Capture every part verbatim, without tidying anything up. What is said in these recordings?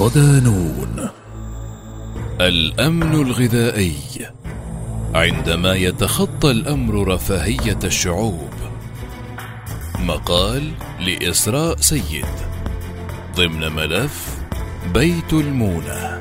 صدانون. الأمن الغذائي. عندما يتخطى الأمر رفاهية الشعوب. مقال لإسراء سيد ضمن ملف بيت المونة.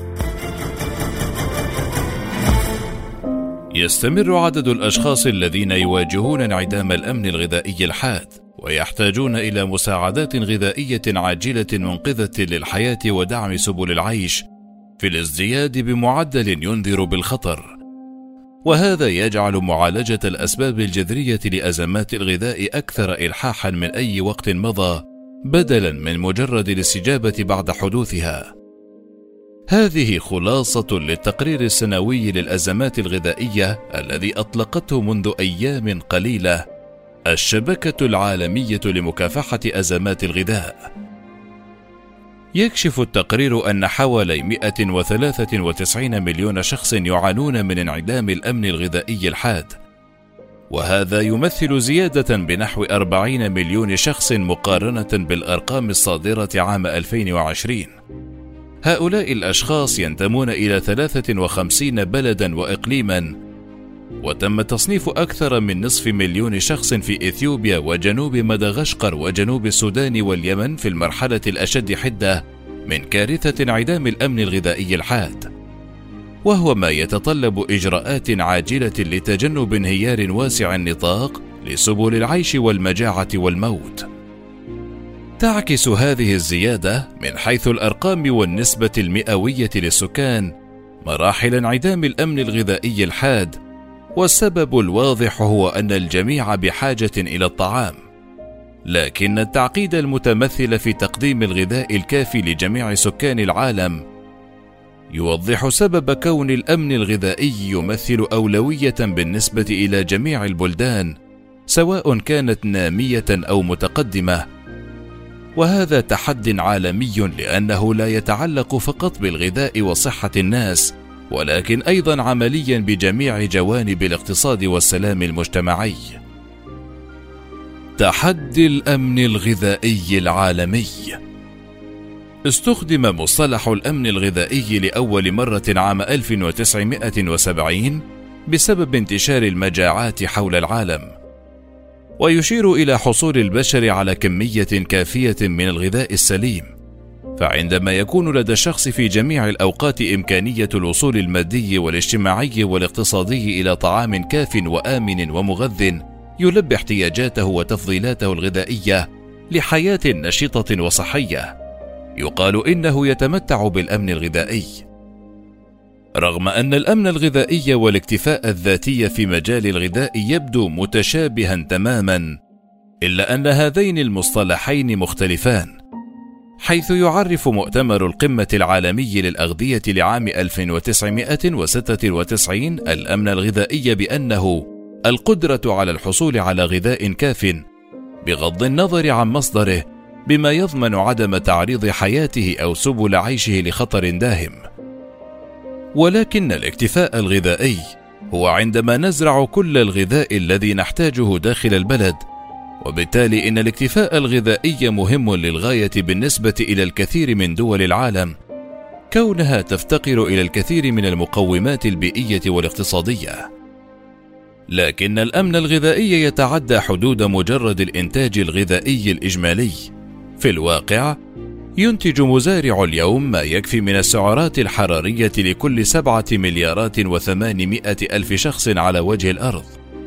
يستمر عدد الأشخاص الذين يواجهون انعدام الأمن الغذائي الحاد ويحتاجون إلى مساعدات غذائية عاجلة منقذة للحياة ودعم سبل العيش في الازدياد بمعدل ينذر بالخطر، وهذا يجعل معالجة الأسباب الجذرية لأزمات الغذاء أكثر إلحاحا من أي وقت مضى، بدلا من مجرد الاستجابة بعد حدوثها. هذه خلاصة للتقرير السنوي للأزمات الغذائية الذي أطلقته منذ أيام قليلة الشبكة العالمية لمكافحة أزمات الغذاء. يكشف التقرير أن حوالي مئة وثلاثة وتسعين مليون شخص يعانون من انعدام الأمن الغذائي الحاد، وهذا يمثل زيادة بنحو أربعين مليون شخص مقارنة بالأرقام الصادرة عام ألفين وعشرين. هؤلاء الأشخاص ينتمون إلى ثلاثة وخمسين بلدا وإقليما، وتم تصنيف أكثر من نصف مليون شخص في إثيوبيا وجنوب مدغشقر وجنوب السودان واليمن في المرحلة الأشد حدة من كارثة انعدام الأمن الغذائي الحاد، وهو ما يتطلب إجراءات عاجلة لتجنب انهيار واسع النطاق لسبل العيش والمجاعة والموت. تعكس هذه الزيادة من حيث الأرقام والنسبة المئوية للسكان مراحل انعدام الأمن الغذائي الحاد، والسبب الواضح هو أن الجميع بحاجة إلى الطعام، لكن التعقيد المتمثل في تقديم الغذاء الكافي لجميع سكان العالم يوضح سبب كون الأمن الغذائي يمثل أولوية بالنسبة إلى جميع البلدان سواء كانت نامية أو متقدمة. وهذا تحد عالمي لأنه لا يتعلق فقط بالغذاء وصحة الناس، ولكن أيضا عمليا بجميع جوانب الاقتصاد والسلام المجتمعي. تحدي الأمن الغذائي العالمي. استخدم مصطلح الأمن الغذائي لأول مرة عام ألف وتسعمائة وسبعين بسبب انتشار المجاعات حول العالم، ويشير إلى حصول البشر على كمية كافية من الغذاء السليم. فعندما يكون لدى الشخص في جميع الأوقات إمكانية الوصول المادي والاجتماعي والاقتصادي إلى طعام كاف وآمن ومغذٍ يلبي احتياجاته وتفضيلاته الغذائية لحياة نشيطة وصحية، يقال إنه يتمتع بالأمن الغذائي. رغم أن الأمن الغذائي والاكتفاء الذاتي في مجال الغذاء يبدو متشابها تماما، إلا أن هذين المصطلحين مختلفان، حيث يعرف مؤتمر القمة العالمي للأغذية لعام ألف وتسعمائة وستة وتسعين الأمن الغذائي بأنه القدرة على الحصول على غذاء كاف بغض النظر عن مصدره، بما يضمن عدم تعريض حياته أو سبل عيشه لخطر داهم. ولكن الاكتفاء الغذائي هو عندما نزرع كل الغذاء الذي نحتاجه داخل البلد، وبالتالي إن الاكتفاء الغذائي مهم للغاية بالنسبة إلى الكثير من دول العالم، كونها تفتقر إلى الكثير من المقومات البيئية والاقتصادية. لكن الأمن الغذائي يتعدى حدود مجرد الإنتاج الغذائي الإجمالي. في الواقع ينتج مزارع اليوم ما يكفي من السعرات الحرارية لكل سبعة مليارات وثمانمائة ألف شخص على وجه الأرض،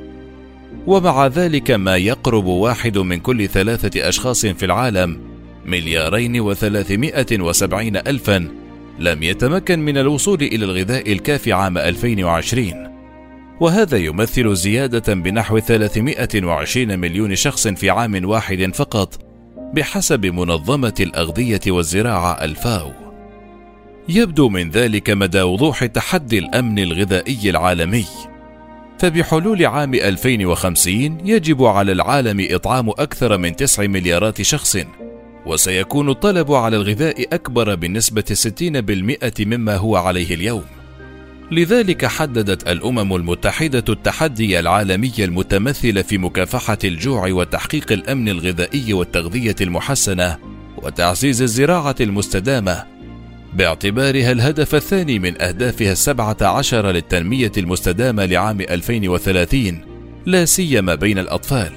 ومع ذلك ما يقرب واحد من كل ثلاثة أشخاص في العالم، مليارين وثلاثمائة وسبعين ألفا، لم يتمكن من الوصول إلى الغذاء الكافي عام ألفين وعشرين، وهذا يمثل زيادة بنحو ثلاثمائة وعشرين مليون شخص في عام واحد فقط بحسب منظمة الأغذية والزراعة الفاو. يبدو من ذلك مدى وضوح تحدي الأمن الغذائي العالمي، فبحلول عام ألفين وخمسين يجب على العالم إطعام أكثر من تسع مليارات شخص، وسيكون الطلب على الغذاء أكبر بنسبة ستين بالمئة مما هو عليه اليوم. لذلك حددت الأمم المتحدة التحدي العالمي المتمثل في مكافحة الجوع وتحقيق الأمن الغذائي والتغذية المحسنة وتعزيز الزراعة المستدامة باعتبارها الهدف الثاني من أهدافها السبعة عشر للتنمية المستدامة لعام ألفين وثلاثين، لا سيما بين الأطفال.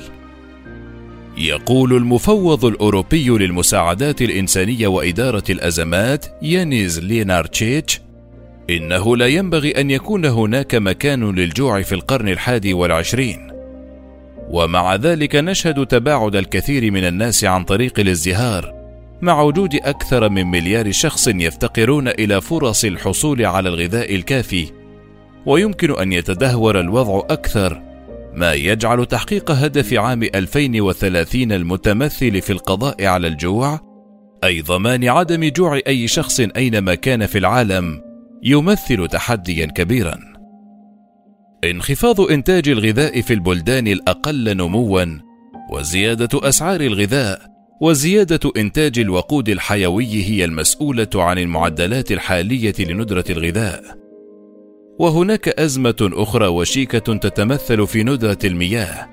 يقول المفوض الأوروبي للمساعدات الإنسانية وإدارة الأزمات يانيز لينارتشيتش إنه لا ينبغي أن يكون هناك مكان للجوع في القرن الحادي والعشرين، ومع ذلك نشهد تباعد الكثير من الناس عن طريق الازدهار، مع وجود أكثر من مليار شخص يفتقرون إلى فرص الحصول على الغذاء الكافي، ويمكن أن يتدهور الوضع أكثر، ما يجعل تحقيق هدف عام ألفين وثلاثين المتمثل في القضاء على الجوع، أي ضمان عدم جوع أي شخص أينما كان في العالم، يمثل تحديا كبيرا. انخفاض إنتاج الغذاء في البلدان الأقل نموا، وزيادة أسعار الغذاء، وزيادة إنتاج الوقود الحيوي هي المسؤولة عن المعدلات الحالية لندرة الغذاء. وهناك أزمة أخرى وشيكة تتمثل في ندرة المياه،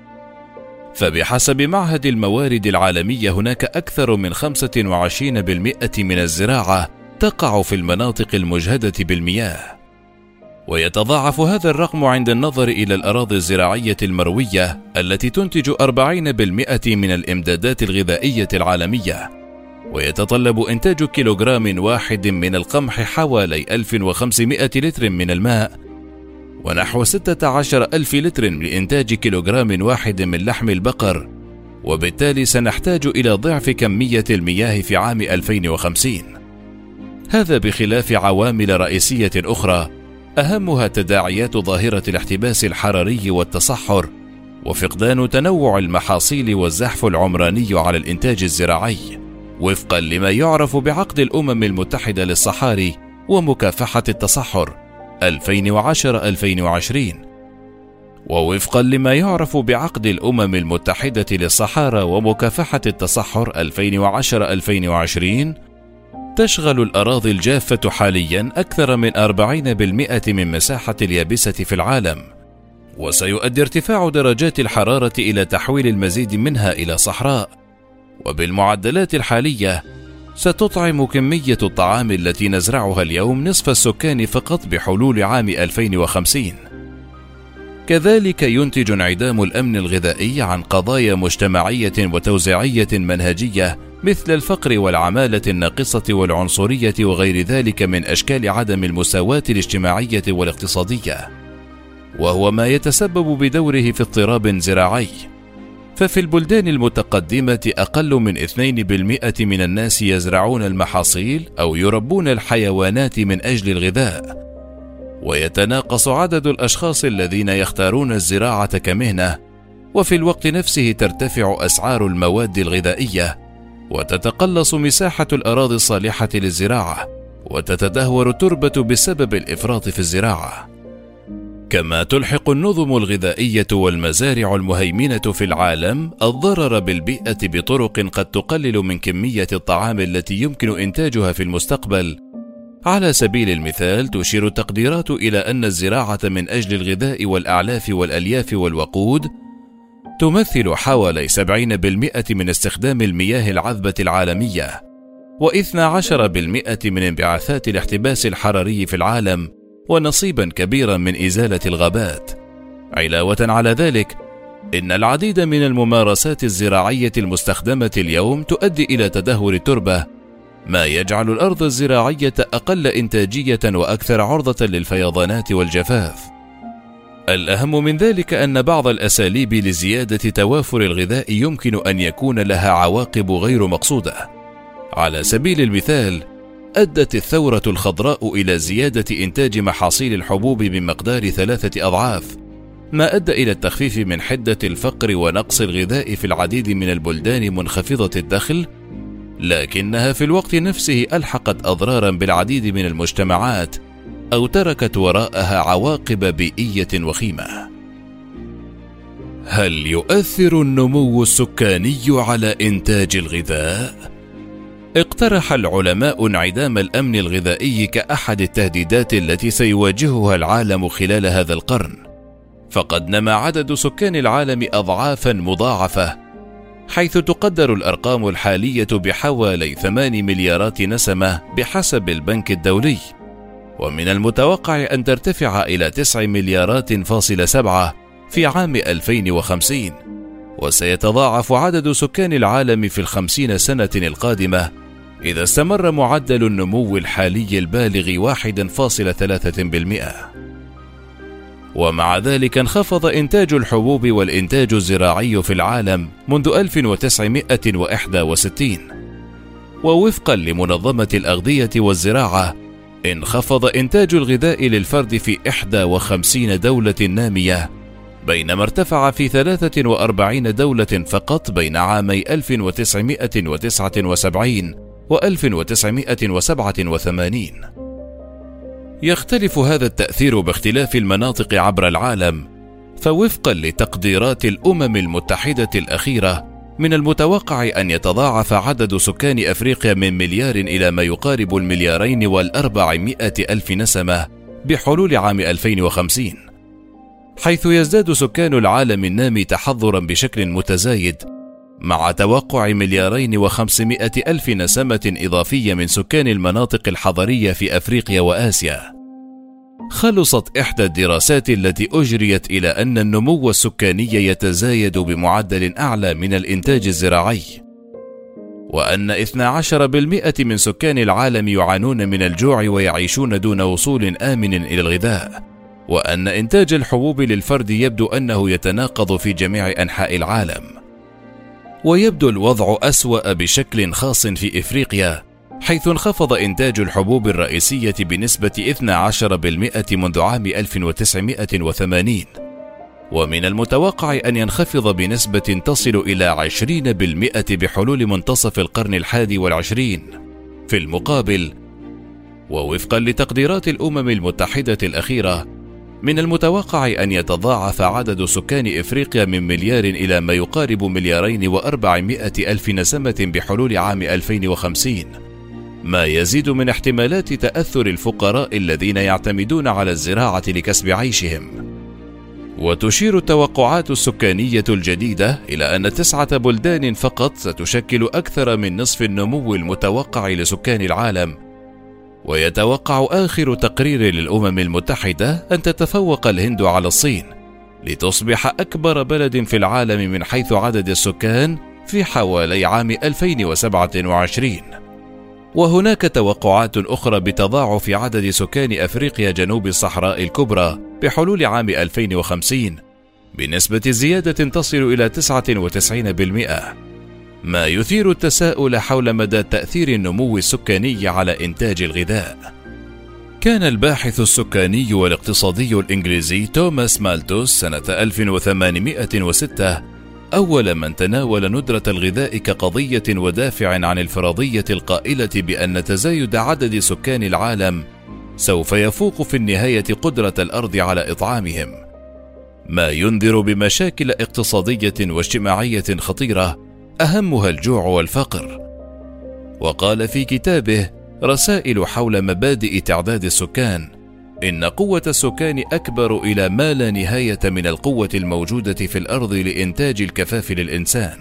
فبحسب معهد الموارد العالمي هناك أكثر من خمسة وعشرين بالمئة من الزراعة تقع في المناطق المجهدة بالمياه، ويتضاعف هذا الرقم عند النظر إلى الأراضي الزراعية المروية التي تنتج أربعين بالمئة من الإمدادات الغذائية العالمية، ويتطلب إنتاج كيلوغرام واحد من القمح حوالي ألف وخمسمائة لتر من الماء، ونحو ستة عشر ألف لتر لإنتاج كيلوغرام واحد من لحم البقر، وبالتالي سنحتاج إلى ضعف كمية المياه في عام ألفين وخمسين. هذا بخلاف عوامل رئيسية أخرى أهمها تداعيات ظاهرة الاحتباس الحراري والتصحر، وفقدان تنوع المحاصيل والزحف العمراني على الإنتاج الزراعي، وفقا لما يعرف بعقد الأمم المتحدة للصحاري ومكافحة التصحر ألفين وعشرة ألفين وعشرين، ووفقا لما يعرف بعقد الأمم المتحدة للصحارى ومكافحة التصحر ألفين وعشرة ألفين وعشرين، تشغل الأراضي الجافة حاليا أكثر من أربعين بالمئة من مساحة اليابسة في العالم، وسيؤدي ارتفاع درجات الحرارة إلى تحويل المزيد منها إلى صحراء، وبالمعدلات الحالية ستطعم كمية الطعام التي نزرعها اليوم نصف السكان فقط بحلول عام ألفين وخمسين. كذلك ينتج انعدام الأمن الغذائي عن قضايا مجتمعية وتوزيعية منهجية مثل الفقر والعمالة الناقصة والعنصرية وغير ذلك من أشكال عدم المساواة الاجتماعية والاقتصادية، وهو ما يتسبب بدوره في اضطراب زراعي. ففي البلدان المتقدمة أقل من اثنين بالمئة من الناس يزرعون المحاصيل أو يربون الحيوانات من أجل الغذاء، ويتناقص عدد الأشخاص الذين يختارون الزراعة كمهنة، وفي الوقت نفسه ترتفع أسعار المواد الغذائية، وتتقلص مساحة الأراضي الصالحة للزراعة، وتتدهور التربة بسبب الإفراط في الزراعة. كما تلحق النظم الغذائية والمزارع المهيمنة في العالم الضرر بالبيئة بطرق قد تقلل من كمية الطعام التي يمكن إنتاجها في المستقبل. على سبيل المثال، تشير التقديرات إلى أن الزراعة من أجل الغذاء والأعلاف والألياف والوقود تمثل حوالي سبعين بالمئة من استخدام المياه العذبة العالمية، واثنى عشر بالمئة من انبعاثات الاحتباس الحراري في العالم، ونصيبا كبيرا من إزالة الغابات. علاوة على ذلك، إن العديد من الممارسات الزراعية المستخدمة اليوم تؤدي إلى تدهور التربة، ما يجعل الأرض الزراعية أقل إنتاجية وأكثر عرضة للفيضانات والجفاف. الأهم من ذلك أن بعض الأساليب لزيادة توافر الغذاء يمكن أن يكون لها عواقب غير مقصودة. على سبيل المثال، أدت الثورة الخضراء إلى زيادة إنتاج محاصيل الحبوب بمقدار ثلاثة أضعاف، ما أدى إلى التخفيف من حدة الفقر ونقص الغذاء في العديد من البلدان منخفضة الدخل، لكنها في الوقت نفسه ألحقت أضرارا بالعديد من المجتمعات أو تركت وراءها عواقب بيئية وخيمة. هل يؤثر النمو السكاني على إنتاج الغذاء؟ اقترح العلماء انعدام الأمن الغذائي كأحد التهديدات التي سيواجهها العالم خلال هذا القرن، فقد نما عدد سكان العالم أضعافا مضاعفة، حيث تقدر الأرقام الحالية بحوالي ثمانية مليارات نسمة بحسب البنك الدولي، ومن المتوقع أن ترتفع إلى تسعة مليارات فاصلة سبعة في عام ألفين وخمسين، وسيتضاعف عدد سكان العالم في الخمسين سنة القادمة إذا استمر معدل النمو الحالي البالغ واحد فاصلة ثلاثة بالمئة. ومع ذلك انخفض إنتاج الحبوب والإنتاج الزراعي في العالم منذ ألف وتسعمائة وواحد وستين، ووفقا لمنظمة الأغذية والزراعة انخفض إنتاج الغذاء للفرد في إحدى وخمسين دولة نامية، بينما ارتفع في ثلاثة وأربعين دولة فقط بين عامي ألف وتسعمائة وتسعة وسبعين و ألف وتسعمائة وسبعة وثمانين. يختلف هذا التأثير باختلاف المناطق عبر العالم، فوفقا لتقديرات الأمم المتحدة الأخيرة من المتوقع أن يتضاعف عدد سكان أفريقيا من مليار إلى ما يقارب المليارين والأربعمائة ألف نسمة بحلول عام ألفين وخمسين، حيث يزداد سكان العالم النامي تحضرا بشكل متزايد، مع توقع مليارين وخمسمائة ألف نسمة إضافية من سكان المناطق الحضرية في أفريقيا وآسيا. خلصت إحدى الدراسات التي أجريت إلى أن النمو السكاني يتزايد بمعدل أعلى من الإنتاج الزراعي، وأن اثني عشر بالمئة من سكان العالم يعانون من الجوع ويعيشون دون وصول آمن إلى الغذاء، وأن إنتاج الحبوب للفرد يبدو أنه يتناقض في جميع أنحاء العالم. ويبدو الوضع أسوأ بشكل خاص في إفريقيا، حيث انخفض إنتاج الحبوب الرئيسية بنسبة اثني عشر بالمئة منذ عام ألف وتسعمائة وثمانين، ومن المتوقع أن ينخفض بنسبة تصل إلى عشرين بالمئة بحلول منتصف القرن الحادي والعشرين. في المقابل، ووفقا لتقديرات الأمم المتحدة الأخيرة، من المتوقع أن يتضاعف عدد سكان إفريقيا من مليار إلى ما يقارب مليارين وأربعمائة ألف نسمة بحلول عام ألفين وخمسين، ما يزيد من احتمالات تأثر الفقراء الذين يعتمدون على الزراعة لكسب عيشهم. وتشير التوقعات السكانية الجديدة إلى أن تسعة بلدان فقط ستشكل أكثر من نصف النمو المتوقع لسكان العالم، ويتوقع آخر تقرير للأمم المتحدة أن تتفوق الهند على الصين لتصبح أكبر بلد في العالم من حيث عدد السكان في حوالي عام ألفين وسبعة وعشرين. وهناك توقعات أخرى بتضاعف عدد سكان أفريقيا جنوب الصحراء الكبرى بحلول عام ألفين وخمسين بنسبة زيادة تصل إلى تسعة وتسعين بالمئة، ما يثير التساؤل حول مدى تأثير النمو السكاني على إنتاج الغذاء. كان الباحث السكاني والاقتصادي الإنجليزي توماس مالتوس سنة ألف وثمانمائة وستة أول من تناول ندرة الغذاء كقضية ودافع عن الفرضية القائلة بأن تزايد عدد سكان العالم سوف يفوق في النهاية قدرة الأرض على إطعامهم، ما ينذر بمشاكل اقتصادية واجتماعية خطيرة أهمها الجوع والفقر. وقال في كتابه رسائل حول مبادئ تعداد السكان إن قوة السكان أكبر إلى ما لا نهاية من القوة الموجودة في الأرض لإنتاج الكفاف للإنسان.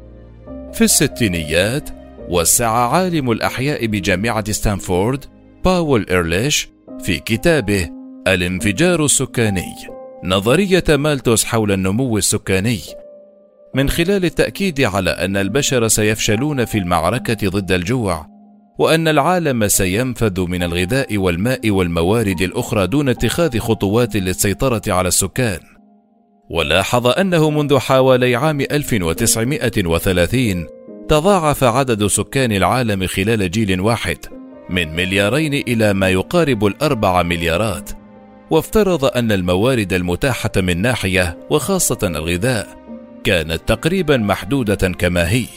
في الستينيات وسع عالم الأحياء بجامعة ستانفورد باول إيرليش في كتابه الانفجار السكاني نظرية مالتوس حول النمو السكاني، من خلال التأكيد على أن البشر سيفشلون في المعركة ضد الجوع، وأن العالم سينفذ من الغذاء والماء والموارد الأخرى دون اتخاذ خطوات للسيطرة على السكان. ولاحظ أنه منذ حوالي عام ألف وتسعمائة وثلاثين تضاعف عدد سكان العالم خلال جيل واحد من مليارين إلى ما يقارب الأربع مليارات، وافترض أن الموارد المتاحة من ناحية وخاصة الغذاء كانت تقريبا محدودة كما هي.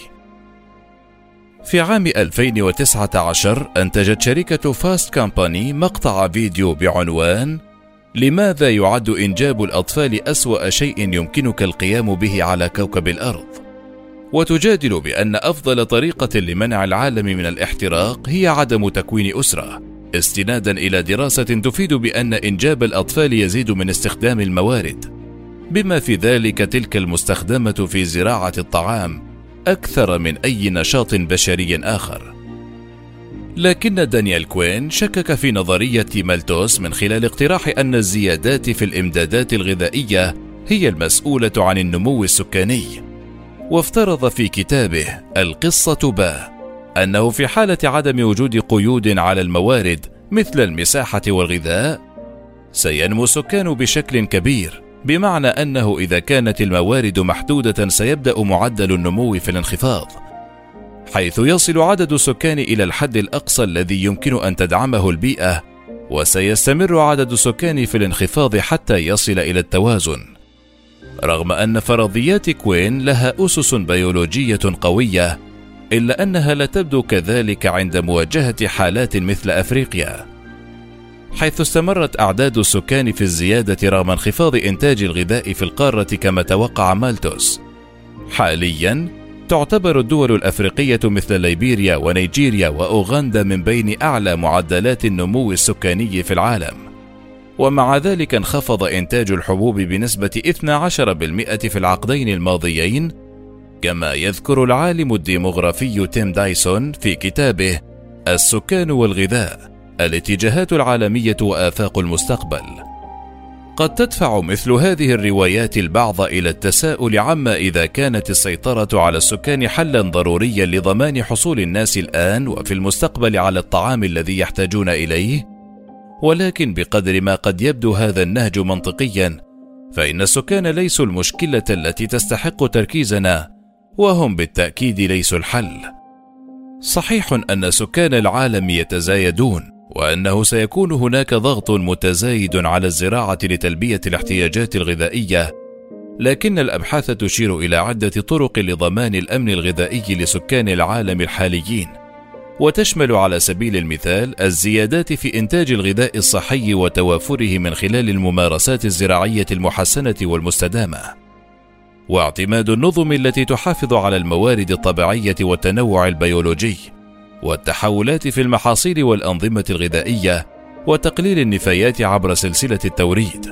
في عام ألفين وتسعة عشر أنتجت شركة فاست كامباني مقطع فيديو بعنوان لماذا يعد إنجاب الأطفال أسوأ شيء يمكنك القيام به على كوكب الأرض، وتجادل بأن أفضل طريقة لمنع العالم من الاحتراق هي عدم تكوين أسرة، استنادا إلى دراسة تفيد بأن إنجاب الأطفال يزيد من استخدام الموارد، بما في ذلك تلك المستخدمة في زراعة الطعام، أكثر من أي نشاط بشري آخر. لكن دانيال كوين شكك في نظرية مالتوس من خلال اقتراح أن الزيادات في الإمدادات الغذائية هي المسؤولة عن النمو السكاني، وافترض في كتابه القصة با أنه في حالة عدم وجود قيود على الموارد مثل المساحة والغذاء سينمو السكان بشكل كبير، بمعنى أنه إذا كانت الموارد محدودة سيبدأ معدل النمو في الانخفاض، حيث يصل عدد السكان إلى الحد الأقصى الذي يمكن أن تدعمه البيئة، وسيستمر عدد السكان في الانخفاض حتى يصل إلى التوازن. رغم أن فرضيات كوين لها أسس بيولوجية قوية، إلا أنها لا تبدو كذلك عند مواجهة حالات مثل أفريقيا، حيث استمرت أعداد السكان في الزيادة رغم انخفاض إنتاج الغذاء في القارة كما توقع مالتوس. حاليا تعتبر الدول الأفريقية مثل ليبيريا ونيجيريا وأوغندا من بين أعلى معدلات النمو السكاني في العالم، ومع ذلك انخفض إنتاج الحبوب بنسبة اثني عشر بالمئة في العقدين الماضيين، كما يذكر العالم الديموغرافي تيم دايسون في كتابه السكان والغذاء: الاتجاهات العالمية وآفاق المستقبل. قد تدفع مثل هذه الروايات البعض إلى التساؤل عما إذا كانت السيطرة على السكان حلا ضروريا لضمان حصول الناس الآن وفي المستقبل على الطعام الذي يحتاجون إليه، ولكن بقدر ما قد يبدو هذا النهج منطقيا، فإن السكان ليسوا المشكلة التي تستحق تركيزنا، وهم بالتأكيد ليسوا الحل. صحيح أن سكان العالم يتزايدون، وأنه سيكون هناك ضغط متزايد على الزراعة لتلبية الاحتياجات الغذائية، لكن الأبحاث تشير إلى عدة طرق لضمان الأمن الغذائي لسكان العالم الحاليين، وتشمل على سبيل المثال الزيادات في إنتاج الغذاء الصحي وتوافره من خلال الممارسات الزراعية المحسنة والمستدامة، واعتماد النظم التي تحافظ على الموارد الطبيعية والتنوع البيولوجي، والتحولات في المحاصيل والأنظمة الغذائية، وتقليل النفايات عبر سلسلة التوريد.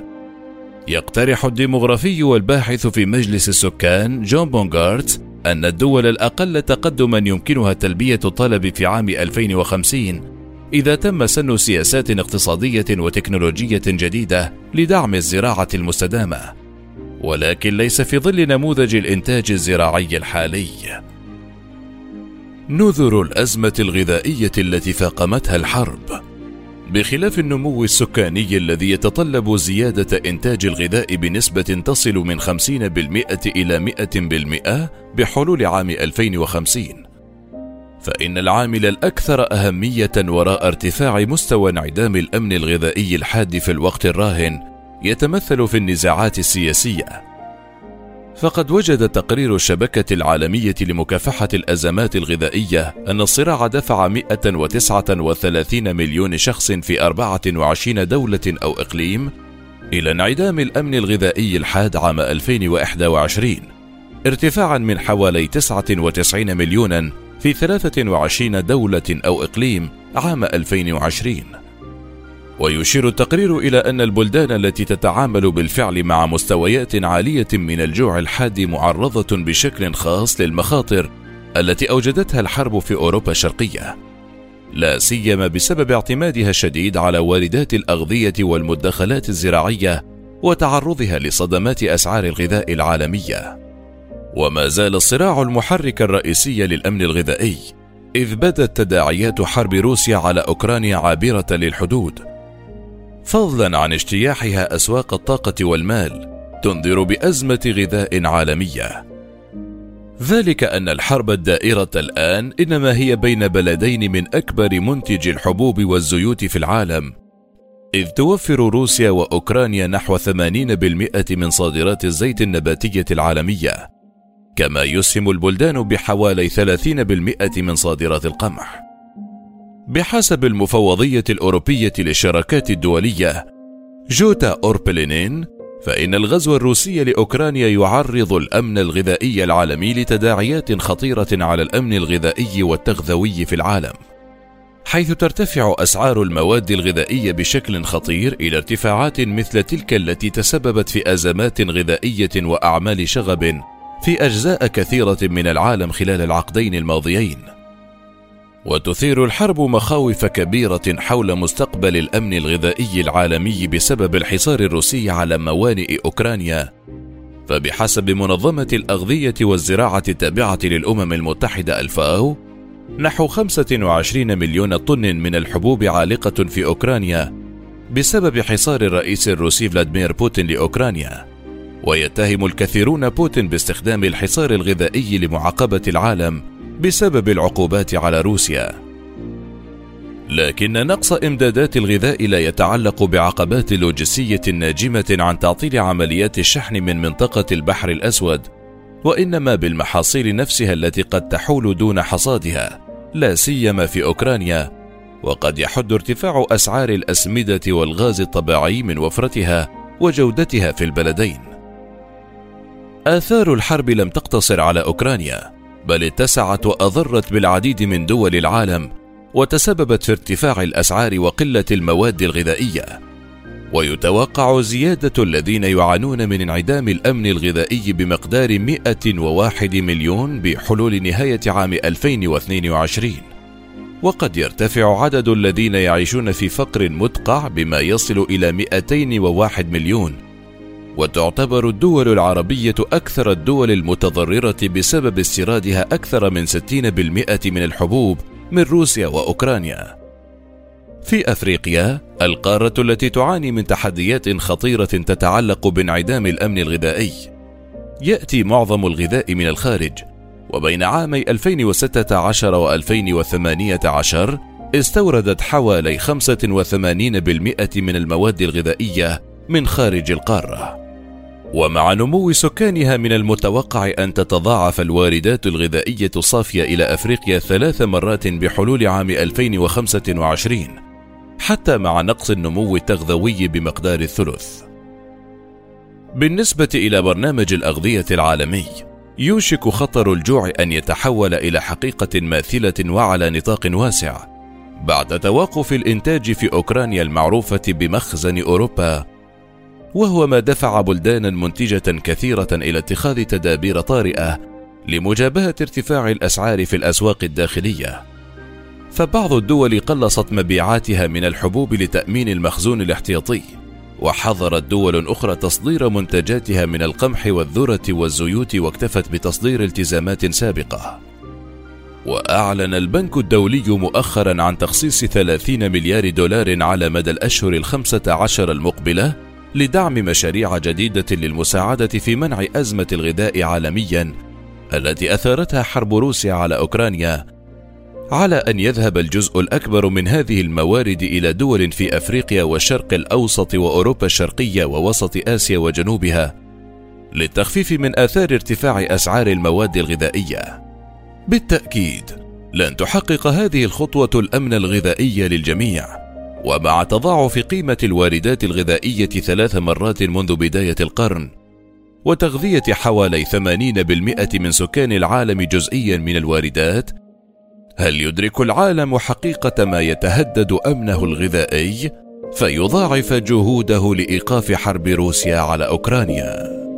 يقترح الديموغرافي والباحث في مجلس السكان جون بونغارت أن الدول الأقل تقدما يمكنها تلبية الطلب في عام ألفين وخمسين إذا تم سن سياسات اقتصادية وتكنولوجية جديدة لدعم الزراعة المستدامة، ولكن ليس في ظل نموذج الإنتاج الزراعي الحالي. نذر الأزمة الغذائية التي فاقمتها الحرب. بخلاف النمو السكاني الذي يتطلب زيادة إنتاج الغذاء بنسبة تصل من خمسين بالمئة إلى مئة بالمئة بحلول عام ألفين وخمسين، فإن العامل الأكثر أهمية وراء ارتفاع مستوى انعدام الأمن الغذائي الحاد في الوقت الراهن يتمثل في النزاعات السياسية. فقد وجد تقرير الشبكة العالمية لمكافحة الأزمات الغذائية أن الصراع دفع مئة وتسعة وثلاثين مليون شخص في أربعة وعشرين دولة أو إقليم إلى انعدام الأمن الغذائي الحاد عام ألفين وإحدى وعشرين، ارتفاعا من حوالي تسعة وتسعين مليونا في ثلاثة وعشرين دولة أو إقليم عام ألفين وعشرين. ويشير التقرير إلى أن البلدان التي تتعامل بالفعل مع مستويات عالية من الجوع الحاد معرضة بشكل خاص للمخاطر التي أوجدتها الحرب في أوروبا الشرقية، لا سيما بسبب اعتمادها الشديد على واردات الأغذية والمدخلات الزراعية وتعرضها لصدمات أسعار الغذاء العالمية. وما زال الصراع المحرك الرئيسي للأمن الغذائي، إذ بدت تداعيات حرب روسيا على أوكرانيا عابرة للحدود، فضلا عن اجتياحها أسواق الطاقة والمال، تنذر بأزمة غذاء عالمية. ذلك أن الحرب الدائرة الآن إنما هي بين بلدين من أكبر منتجي الحبوب والزيوت في العالم، إذ توفر روسيا وأوكرانيا نحو ثمانين بالمئة من صادرات الزيت النباتية العالمية، كما يسهم البلدان بحوالي ثلاثين بالمئة من صادرات القمح. بحسب المفوضية الأوروبية للشراكات الدولية جوتا أوربلينين، فإن الغزو الروسي لأوكرانيا يعرض الأمن الغذائي العالمي لتداعيات خطيرة على الأمن الغذائي والتغذوي في العالم، حيث ترتفع أسعار المواد الغذائية بشكل خطير إلى ارتفاعات مثل تلك التي تسببت في أزمات غذائية وأعمال شغب في أجزاء كثيرة من العالم خلال العقدين الماضيين. وتثير الحرب مخاوف كبيرة حول مستقبل الأمن الغذائي العالمي بسبب الحصار الروسي على موانئ أوكرانيا. فبحسب منظمة الأغذية والزراعة التابعة للأمم المتحدة الفاو، نحو خمسة وعشرين مليون طن من الحبوب عالقة في أوكرانيا بسبب حصار الرئيس الروسي فلاديمير بوتين لأوكرانيا. ويتهم الكثيرون بوتين باستخدام الحصار الغذائي لمعاقبة العالم بسبب العقوبات على روسيا. لكن نقص إمدادات الغذاء لا يتعلق بعقبات لوجستية ناجمة عن تعطيل عمليات الشحن من منطقة البحر الأسود، وإنما بالمحاصيل نفسها التي قد تحول دون حصادها، لا سيما في أوكرانيا. وقد يحد ارتفاع أسعار الأسمدة والغاز الطبيعي من وفرتها وجودتها في البلدين. آثار الحرب لم تقتصر على أوكرانيا، بل اتسعت وأضرت بالعديد من دول العالم، وتسببت في ارتفاع الأسعار وقلة المواد الغذائية. ويتوقع زيادة الذين يعانون من انعدام الأمن الغذائي بمقدار مئة وواحد مليون بحلول نهاية عام ألفين واثنين وعشرين، وقد يرتفع عدد الذين يعيشون في فقر مدقع بما يصل إلى مئتين وواحد مليون. وتعتبر الدول العربية أكثر الدول المتضررة بسبب استيرادها أكثر من ستين بالمئة من الحبوب من روسيا وأوكرانيا. في أفريقيا، القارة التي تعاني من تحديات خطيرة تتعلق بانعدام الأمن الغذائي، يأتي معظم الغذاء من الخارج. وبين عامي ألفين وستة عشر وألفين وثمانية عشر استوردت حوالي خمسة وثمانين بالمئة من المواد الغذائية من خارج القارة. ومع نمو سكانها من المتوقع أن تتضاعف الواردات الغذائية الصافية إلى أفريقيا ثلاث مرات بحلول عام ألفين وخمسة وعشرين، حتى مع نقص النمو التغذوي بمقدار الثلث. بالنسبة إلى برنامج الأغذية العالمي، يوشك خطر الجوع أن يتحول إلى حقيقة ماثلة وعلى نطاق واسع بعد توقف الإنتاج في أوكرانيا المعروفة بمخزن أوروبا، وهو ما دفع بلدانا منتجة كثيرة إلى اتخاذ تدابير طارئة لمجابهة ارتفاع الأسعار في الأسواق الداخلية. فبعض الدول قلصت مبيعاتها من الحبوب لتأمين المخزون الاحتياطي، وحظرت دول أخرى تصدير منتجاتها من القمح والذرة والزيوت، واكتفت بتصدير التزامات سابقة. وأعلن البنك الدولي مؤخرا عن تخصيص ثلاثين مليار دولار على مدى الأشهر الخمسة عشر المقبلة لدعم مشاريع جديدة للمساعدة في منع أزمة الغذاء عالميا التي أثارتها حرب روسيا على أوكرانيا، على أن يذهب الجزء الأكبر من هذه الموارد إلى دول في أفريقيا والشرق الأوسط وأوروبا الشرقية ووسط آسيا وجنوبها، للتخفيف من آثار ارتفاع أسعار المواد الغذائية. بالتأكيد لن تحقق هذه الخطوة الأمن الغذائي للجميع، ومع تضاعف قيمة الواردات الغذائية ثلاث مرات منذ بداية القرن، وتغذية حوالي ثمانين بالمئة من سكان العالم جزئيا من الواردات، هل يدرك العالم حقيقة ما يتهدد أمنه الغذائي فيضاعف جهوده لإيقاف حرب روسيا على أوكرانيا؟